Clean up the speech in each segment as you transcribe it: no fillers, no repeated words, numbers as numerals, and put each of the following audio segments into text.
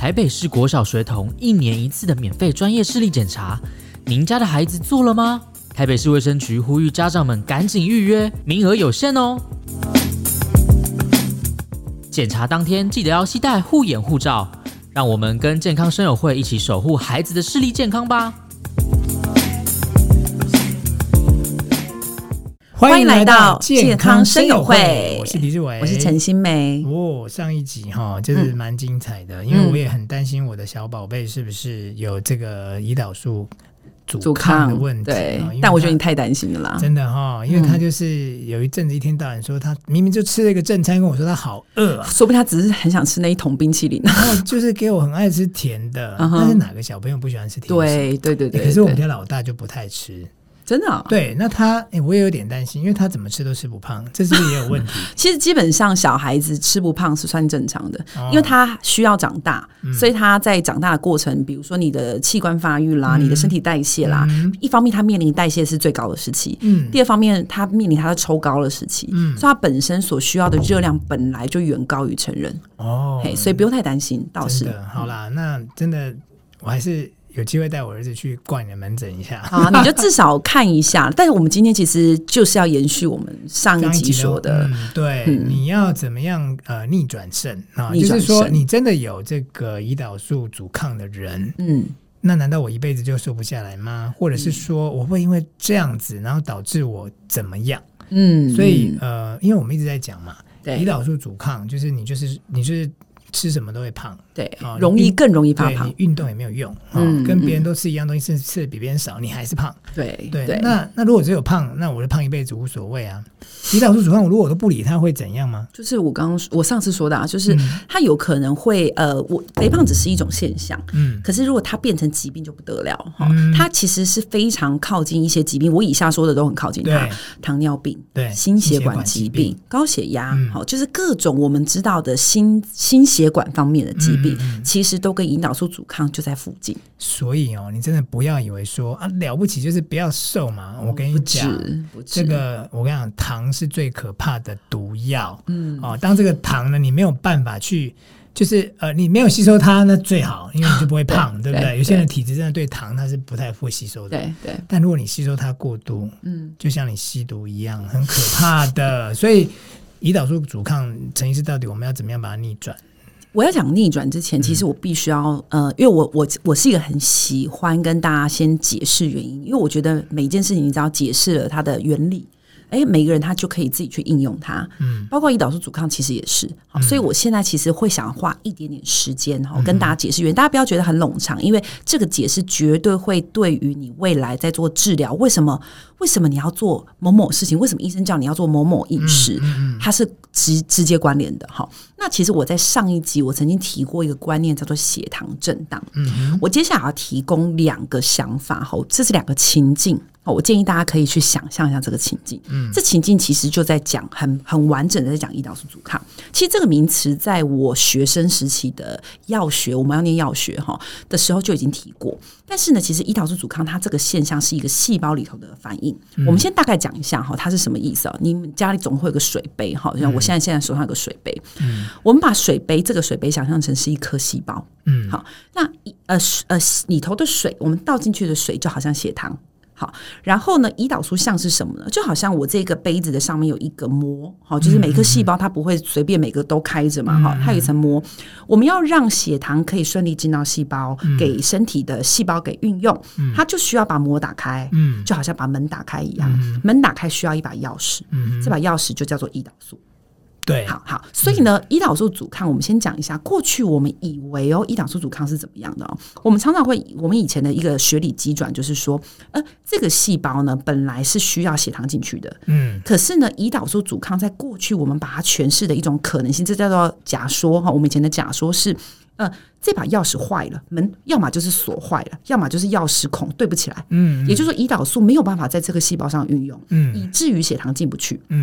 台北市国小学童1年1次的免费专业视力检查，您家的孩子做了吗？台北市卫生局呼吁家长们赶紧预约，名额有限哦。检查当天记得要携带护眼护照，让我们跟健康声友会一起守护孩子的视力健康吧。 欢迎来到健康声友会， 我是李志伟， 我是陈心梅。 上一集就是蛮精彩的，因为我也很担心我的小宝贝是不是有这个胰岛素阻抗的问题。 对，但我觉得你太担心了啦， 真的因为他就是有一阵子一天到晚说他明明就吃了一个正餐，跟我说他好饿啊， 说不定他只是很想吃那一桶冰淇淋， 然后就是给我很爱吃甜的，但是哪个小朋友不喜欢吃甜食？ 对， 可是我们家老大就不太吃。 真的对，那他我也有点担心，因为他怎么吃都吃不胖，这是不是也有问题？ 其实基本上小孩子吃不胖是算正常的，因为他需要长大，所以他在长大的过程，比如说你的器官发育啦，你的身体代谢啦，一方面他面临代谢是最高的时期，第二方面他面临他的抽高的时期，所以他本身所需要的热量本来就远高于成人所以不用太担心，倒是真的好啦，那真的我还是有机会带我儿子去逛你的门诊一下， 好，你就至少看一下。但是我们今天其实就是要延续我们上一集说的， 对，你要怎么样逆转胜啊？就是说你真的有这个胰岛素阻抗的人，那难道我一辈子就瘦不下来吗？或者是说我会因为这样子，然后导致我怎么样？所以因为我们一直在讲嘛，胰岛素阻抗就是你就是吃什么都会胖，对， 更容易发胖， 你运动也没有用，跟别人都吃一样东西，甚至吃的比别人少，你还是胖，对，那如果只有胖，那我就胖一辈子无所谓啊。胰岛素阻抗，如果我都不理它，会怎样吗？ 就是我上次说的就是它有可能会肥胖只是一种现象，可是如果它变成疾病就不得了，它其实是非常靠近一些疾病，我以下说的都很靠近它，糖尿病，对，心血管疾病，高血压，就是各种我们知道的心血管方面的疾病，其实都跟胰岛素阻抗就在附近。 所以你真的不要以为说了不起就是不要瘦嘛，我跟你讲，这个我跟你讲，糖是最可怕的毒药，当这个糖呢你没有办法去就是你没有吸收它那最好，因为你就不会胖对不对？有些人体质真的对糖它是不太会吸收的，对，但如果你吸收它过度，就像你吸毒一样很可怕的。所以胰岛素阻抗，陈医师到底我们要怎么样把它逆转？ 我要讲逆转之前，其实我必须要因为我是一个很喜欢跟大家先解释原因，因为我觉得每一件事情你只要解释了它的原理，每个人他就可以自己去应用它，包括胰岛素阻抗其实也是，所以我现在其实会想花一点点时间跟大家解释原因，大家不要觉得很冗长，因为这个解释绝对会对于你未来在做治疗，为什么你要做某某事情，为什么医生叫你要做某某饮食，它是直接关联的。那其实我在上一集我曾经提过一个观念叫做血糖震荡，我接下来要提供2个想法，这是2个情境，我建议大家可以去想象一下这个情境，这情境其实就在讲很完整的在讲胰岛素阻抗。其实这个名词在我学生时期的药学，我们要念药学的时候就已经提过，但是呢其实胰岛素阻抗它这个现象是一个细胞里头的反应，我们先大概讲一下它是什么意思。你们家里总会有个水杯，像我现在手上有个水杯，我们把这个水杯想象成是一颗细胞，好，那里头的水，我们倒进去的水就好像血糖，好，然后呢胰岛素像是什么呢？就好像我这个杯子的上面有一个膜，就是每颗细胞它不会随便每个都开着嘛，它有一层膜，我们要让血糖可以顺利进到细胞，给身体的细胞给运用，它就需要把膜打开，就好像把门打开一样，门打开需要一把钥匙，这把钥匙就叫做胰岛素。对，好，所以呢，胰岛素阻抗，我们先讲一下。过去我们以为胰岛素阻抗是怎么样的我们常常我们以前的一个学理机转就是说，这个细胞呢本来是需要血糖进去的，可是呢，胰岛素阻抗在过去我们把它诠释的一种可能性，这叫做假说我们以前的假说是，这把钥匙坏了，门要么就是锁坏了，要么就是钥匙孔对不起来，也就是说胰岛素没有办法在这个细胞上运用，以至于血糖进不去，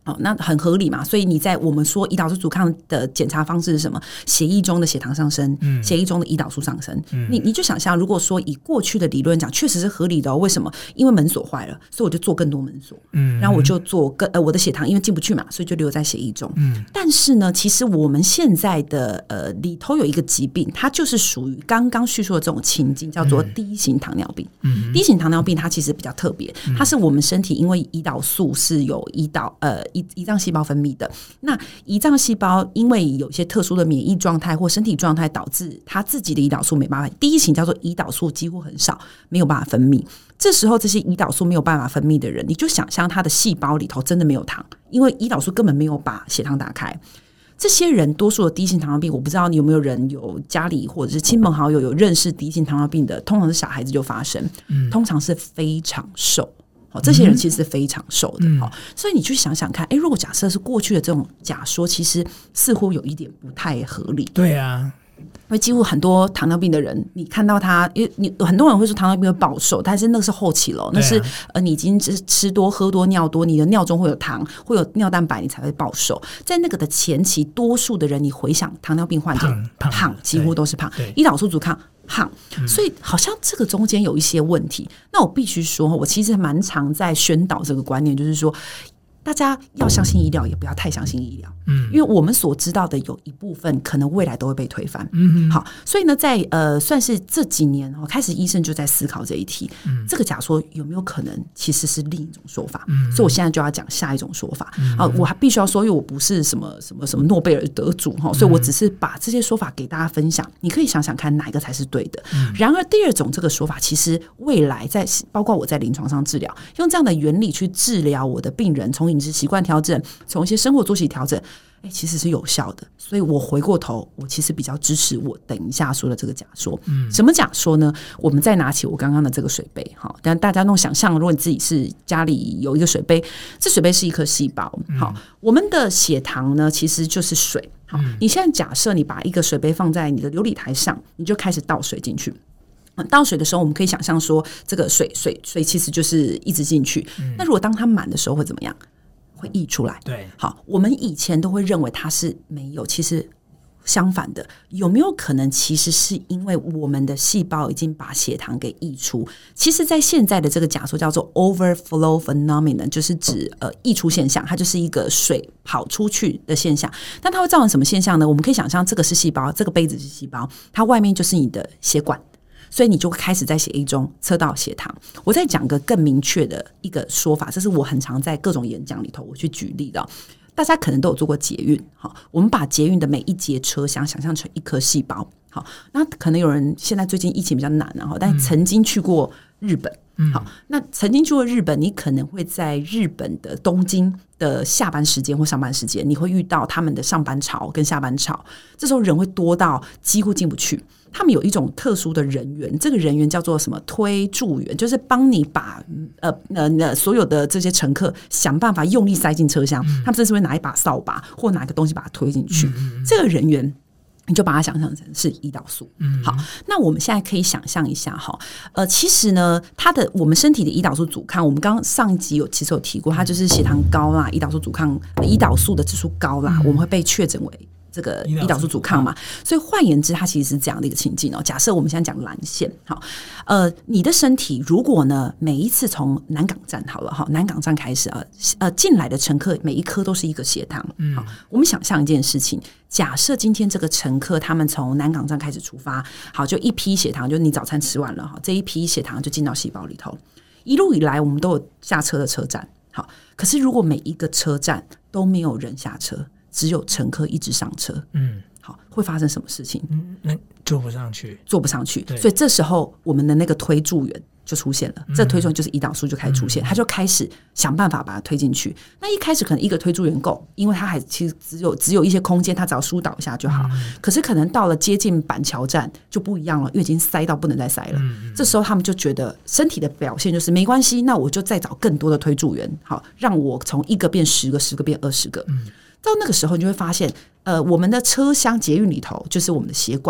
那很合理嘛，所以你在我们说胰岛素阻抗的检查方式是什么？血液中的血糖上升，血液中的胰岛素上升。你就想象，如果说以过去的理论讲，确实是合理的为什么？因为门锁坏了，所以我就做更多门锁，然后我就做我的血糖因为进不去嘛，所以就留在血液中。但是呢，其实我们现在的里头有一个疾病，它就是属于刚刚叙述的这种情境，叫做第一型糖尿病。第一型糖尿病它其实比较特别，它是我们身体因为胰岛素是有胰脏细胞分泌的，那胰脏细胞因为有一些特殊的免疫状态或身体状态，导致它自己的胰岛素没办法。第一型叫做胰岛素几乎很少，没有办法分泌。这时候这些胰岛素没有办法分泌的人，你就想象他的细胞里头真的没有糖，因为胰岛素根本没有把血糖打开。这些人多数的第一型糖尿病，我不知道你有没有人有家里或者是亲朋好友有认识第一型糖尿病的，通常是小孩子就发生，通常是非常瘦。这些人其实是非常瘦的，所以你去想想看，如果假设是过去的这种假说，其实似乎有一点不太合理。 对啊， 因为几乎很多糖尿病的人，你看到他，因为你很多人会说糖尿病会暴瘦，但是那个是后期了，那是你已经吃多喝多尿多，你的尿中会有糖，会有尿蛋白，你才会暴瘦。在那个的前期，多数的人，你回想糖尿病患者胖几乎都是胖，胰岛素阻抗胖，所以好像这个中间有一些问题。那我必须说，我其实蛮常在宣导这个观念，就是说大家要相信医疗，也不要太相信医疗。因为我们所知道的有一部分可能未来都会被推翻。好，所以呢，在算是这几年开始，医生就在思考这一题。这个假说有没有可能其实是另一种说法？所以我现在就要讲下一种说法。我还必须要说，因为我不是什么诺贝尔得主，所以我只是把这些说法给大家分享。你可以想想看哪一个才是对的。然而，第二种这个说法，其实未来在包括我在临床上治疗，用这样的原理去治疗我的病人，从饮食习惯调整，从一些生活作息调整，其实是有效的。所以我回过头，我其实比较支持我等一下说的这个假说。什么假说呢？我们再拿起我刚刚的这个水杯，但大家弄想象，如果你自己是家里有一个水杯，这水杯是一颗细胞。好，我们的血糖呢，其实就是水。好，你现在假设你把一个水杯放在你的流理台上，你就开始倒水进去。倒水的时候，我们可以想象说，这个水其实就是一直进去。那如果当它满的时候会怎么样？会溢出来。 对， 好，我们以前都会认为它是没有，其实相反的，有没有可能其实是因为我们的细胞已经把血糖给溢出？其实在现在的这个假说叫做 overflow phenomenon， 就是指溢出现象，它就是一个水跑出去的现象。但它会造成什么现象呢？我们可以想象这个是细胞，这个杯子是细胞，它外面就是你的血管，所以你就开始在血液中测到血糖。我再讲个更明确的一个说法，这是我很常在各种演讲里头我去举例的。大家可能都有做过捷运，我们把捷运的每一节车厢想象成一颗细胞。好，那可能有人现在最近疫情比较难，但曾经去过日本。好，那曾经去过日本，你可能会在日本的东京的下班时间或上班时间，你会遇到他们的上班潮跟下班潮，这时候人会多到几乎进不去。他们有一种特殊的人员，这个人员叫做什么推助员，就是帮你把所有的这些乘客想办法用力塞进车厢。他们甚至会拿一把扫把或拿一个东西把它推进去。这个人员你就把它想象成是胰岛素。好，那我们现在可以想象一下其实呢，我们身体的胰岛素阻抗，我们刚刚上一集其实有提过，它就是血糖高啦，胰岛素阻抗，胰岛素的指数高啦，我们会被确诊为这个胰岛素阻抗嘛。所以换言之，它其实是这样的一个情境假设我们现在讲蓝线，好，你的身体如果呢每一次从南港站好了南港站开始进来的乘客每一颗都是一个血糖。好，我们想象一件事情，假设今天这个乘客他们从南港站开始出发，好，就一批血糖，就你早餐吃完了这一批血糖就进到细胞里头。一路以来我们都有下车的车站，好，可是如果每一个车站都没有人下车，只有乘客一直上车，好，会发生什么事情？ 那坐不上去， 所以这时候我们的那个推助员就出现了，这推助员就是胰岛素就开始出现，他就开始想办法把它推进去。那一开始可能一个推助员够，因为他还其实只有一些空间，他只要疏导一下就好。可是可能到了接近板桥站就不一样了，因为已经塞到不能再塞了。这时候他们就觉得身体的表现就是没关系，那我就再找更多的推助员，好，让我从1个变10个，10个变20个。到那个时候你就会发现我们的车厢捷运里头就是我们的血管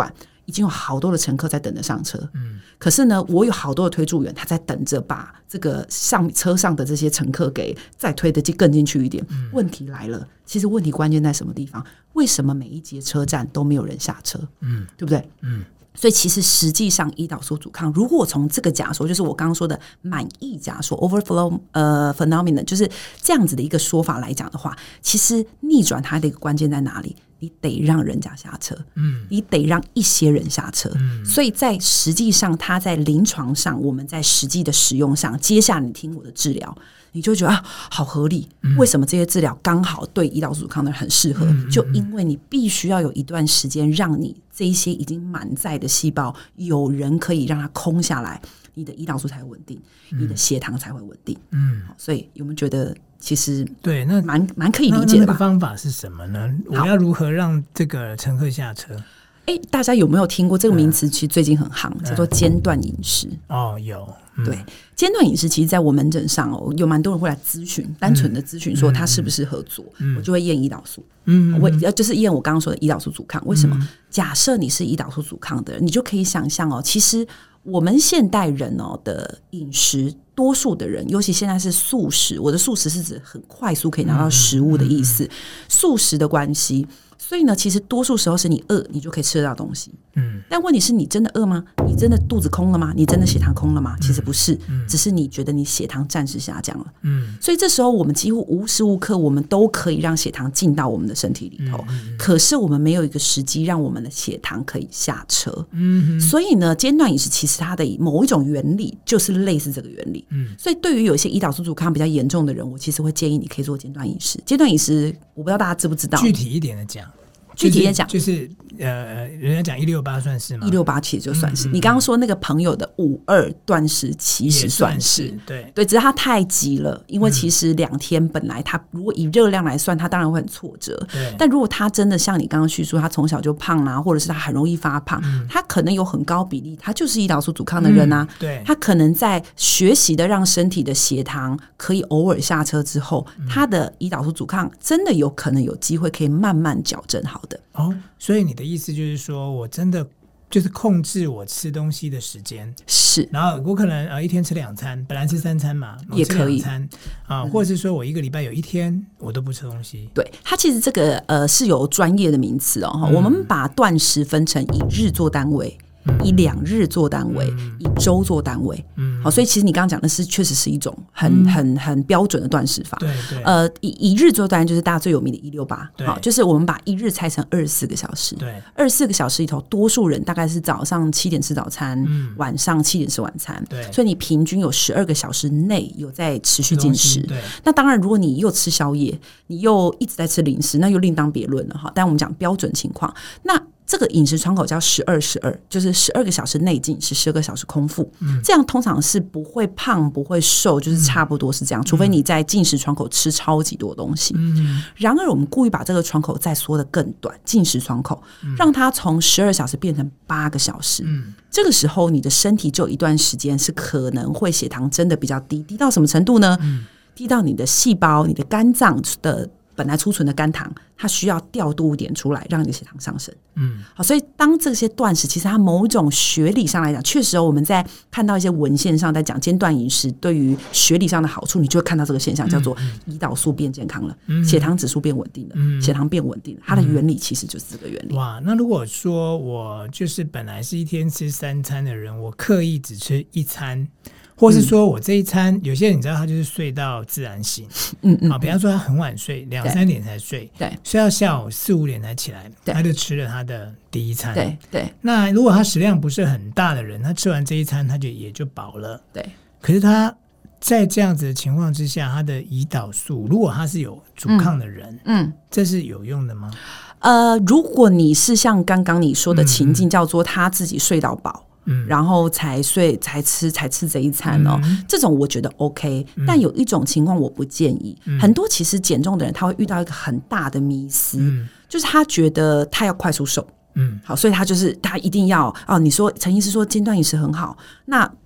已经有好多的乘客在等着上车，可是呢，我有好多的推助员，他在等着把这个车上的这些乘客给再推得更进去一点。问题来了，其实问题关键在什么地方？为什么每一节车站都没有人下车？对不对？所以其实实际上胰岛素阻抗，如果从这个假说，就是我刚刚说的满溢假说 overflow phenomenon， 就是这样子的一个说法来讲的话，其实逆转它的一个关键在哪里？你得让人家下车，你得让一些人下车，所以在实际上，它在临床上，我们在实际的使用上，接下来你听我的治疗，你就觉得好合理。为什么这些治疗刚好对胰岛素阻抗的人很适合？就因为你必须要有一段时间，让你这一些已经满载的细胞，有人可以让它空下来，你的胰岛素才会稳定，你的血糖才会稳定。所以有没有觉得？其实对，那蛮可以理解的吧？ 那个方法是什么呢？我要如何让这个乘客下车？ 大家有没有听过这个名词？其实最近很夯，叫做间断饮食。 有。 对，间断饮食，其实在我门诊上有蛮多人会来咨询，单纯的咨询说他适不适合做，我就会验胰岛素。我就是验我刚刚说的胰岛素阻抗。为什么？假设你是胰岛素阻抗的人，你就可以想象其实我们现代人的饮食，多数的人，尤其现在是素食，我的素食是指很快速可以拿到食物的意思，素食的关系。所以呢，其实多数时候是你饿，你就可以吃得到东西。但问题是你真的饿吗？你真的肚子空了吗？你真的血糖空了吗？其实不是，只是你觉得你血糖暂时下降了。所以这时候我们几乎无时无刻我们都可以让血糖进到我们的身体里头，可是我们没有一个时机让我们的血糖可以下车。所以呢，间断饮食其实它的某一种原理就是类似这个原理。所以对于有一些胰岛素阻抗比较严重的人，我其实会建议你可以做间断饮食。间断饮食我不知道大家知不知道， 具体一点的讲。 具体的讲， 就是人家讲168算是吗 ？168其实就算是。你刚刚说那个朋友的52断食其实算是，对，只是他太急了，因为其实2天本来他如果以热量来算，他当然会很挫折。但如果他真的像你刚刚叙述，他从小就胖啊，或者是他很容易发胖，他可能有很高比例，他就是胰岛素阻抗的人啊。他可能在学习的让身体的血糖可以偶尔下车之后，他的胰岛素阻抗真的有可能有机会可以慢慢矫正好的。 所以你的意思就是说我真的就是控制我吃东西的时间， 是， 然后我可能一天吃2餐，本来吃3餐嘛， 也可以吃2餐或者是说我一个礼拜有1天我都不吃东西。 对，它其实这个是有专业的名词我们把断食分成以日做单位，以2日做单位，以周做单位。好，所以其实你刚刚讲的是确实是一种很标准的断食法。 对， 以日做单就是大家最有名的168。好，就是我们把一日拆成24个小时。 对 ，24个小时里头，多数人大概是早上7点吃早餐，晚上7点吃晚餐。 对， 所以你平均有12个小时内有在持续进食。 对， 那当然，如果你又吃宵夜，你又一直在吃零食，那又另当别论了哈。但我们讲标准情况，那这个饮食窗口叫12-12，就是12个小时内进食，12个小时空腹。这样通常是不会胖不会瘦，就是差不多是这样，除非你在进食窗口吃超级多东西。然而我们故意把这个窗口再缩得更短，进食窗口让它从12小时变成8个小时。这个时候你的身体就有一段时间是可能会血糖真的比较低，低到什么程度呢？低到你的细胞、你的肝脏的本来储存的肝糖，它需要调度一点出来，让你的血糖上升。好，所以当这些断食，其实它某种学理上来讲，确实我们在看到一些文献上在讲间断饮食对于学理上的好处，你就会看到这个现象，叫做胰岛素变健康了，血糖指数变稳定了，血糖变稳定了。它的原理其实就是这个原理。 哇，那如果说我就是本来是一天吃3餐的人，我刻意只吃1餐。或是说我这一餐，有些人你知道他就是睡到自然醒，比方说他很晚睡，2-3点才睡， 对， 睡到下午4-5点才起来，他就吃了他的第一餐， 对。 那如果他食量不是很大的人，他吃完这一餐他就也就饱了， 对。 可是他在这样子的情况之下，他的胰岛素，如果他是有阻抗的人，这是有用的吗？ 如果你是像刚刚你说的情境，叫做他自己睡到饱。然后才吃这一餐这种我觉得 OK，但有一种情况我不建议。很多其实减重的人他会遇到一个很大的迷思，就是他觉得他要快速瘦。好，所以他一定要你说陈医师说间断饮食很好，那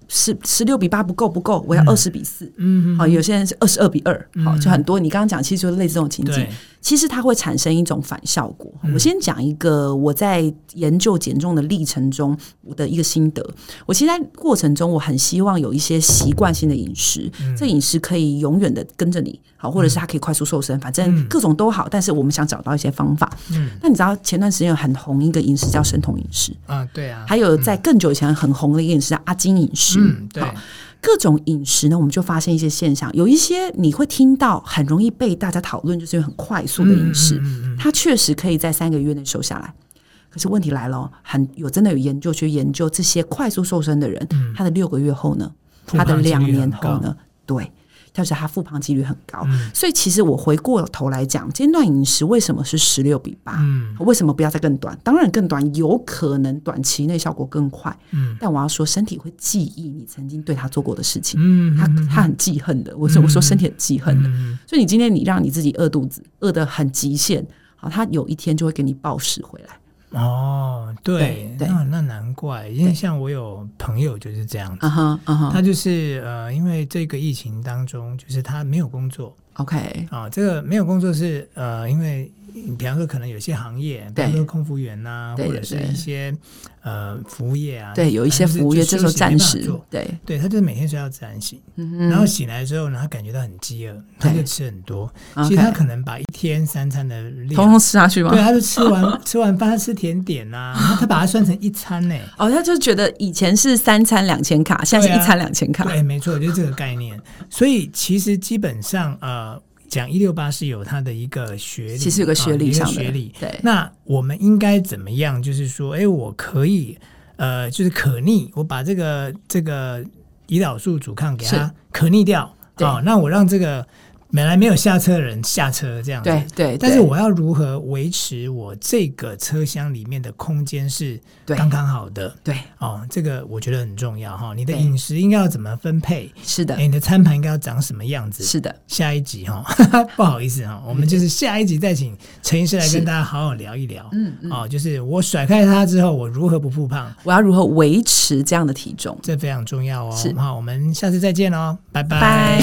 16:8不够，我要20:4。好，有些人是22:2。好，就很多你刚刚讲，其实就类似这种情境。其实它会产生一种反效果。我先讲一个我在研究减重的历程中我的一个心得。我其实在过程中，我很希望有一些习惯性的饮食，这饮食可以永远的跟着你，好，或者是它可以快速瘦身，反正各种都好。但是我们想找到一些方法。那你知道前段时间很红一个饮食叫生酮饮食啊，对啊。 还有在更久以前很红的一个饮食叫阿金饮食。 对。 各种饮食呢，我们就发现一些现象，有一些你会听到很容易被大家讨论，就是因为很快速的饮食，它确实可以在3个月内瘦下来。可是问题来了，真的有研究去研究这些快速瘦身的人，他的6个月后呢，他的2年后呢，对。就是他复胖几率很高。所以其实我回过头来讲，间断饮食为什么是16:8？为什么不要再更短？当然更短有可能短期内效果更快。但我要说身体会记忆你曾经对他做过的事情。他很记恨的。我说身体很记恨的。所以你今天你让你自己饿肚子，饿得很极限，好，他有一天就会给你暴食回来。 哦，对，那难怪，因为像我有朋友就是这样子，他就是因为这个疫情当中，就是他没有工作。 OK， 这个没有工作是因为比方说可能有些行业，比方说空服员啊，或者是一些服务业啊， 对，有一些服务业这时候暂时对，他就是每天睡到自然醒，然后醒来之后呢，他感觉到很饥饿，他就吃很多。其实他可能把1天3餐的量通通吃下去吗？ 对，他就吃完饭他吃甜点啊，他把它算成1餐呢。 他就觉得以前是3餐2000卡，现在是1餐2000卡。 对，没错，就是这个概念。所以其实基本上讲168是有它的一个学历， 其实有个学历上的学历。 对， 那我们应该怎么样？就是说，我可以就是可逆，我把这个胰岛素阻抗给它可逆掉。那我让这个本来没有下车的人下车，这样子。 对。 但是我要如何维持我这个车厢里面的空间是刚刚好的？对，这个我觉得很重要哈。你的饮食应该要怎么分配？是的，你的餐盘应该要长什么样子？是的。下一集不好意思我们就是下一集再请陈医师来跟大家好好聊一聊。就是我甩开它之后，我如何不复胖？ 我要如何维持这样的体重？ 这非常重要哦。好，我们下次再见哦，拜拜。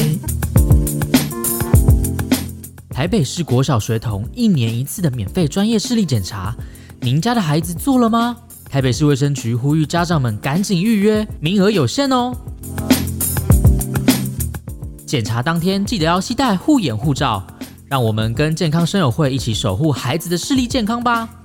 台北市国小学童1年1次的免费专业视力检查，您家的孩子做了吗？台北市卫生局呼吁家长们赶紧预约，名额有限哦。检查当天记得要携带护眼护照，让我们跟健康声友会一起守护孩子的视力健康吧。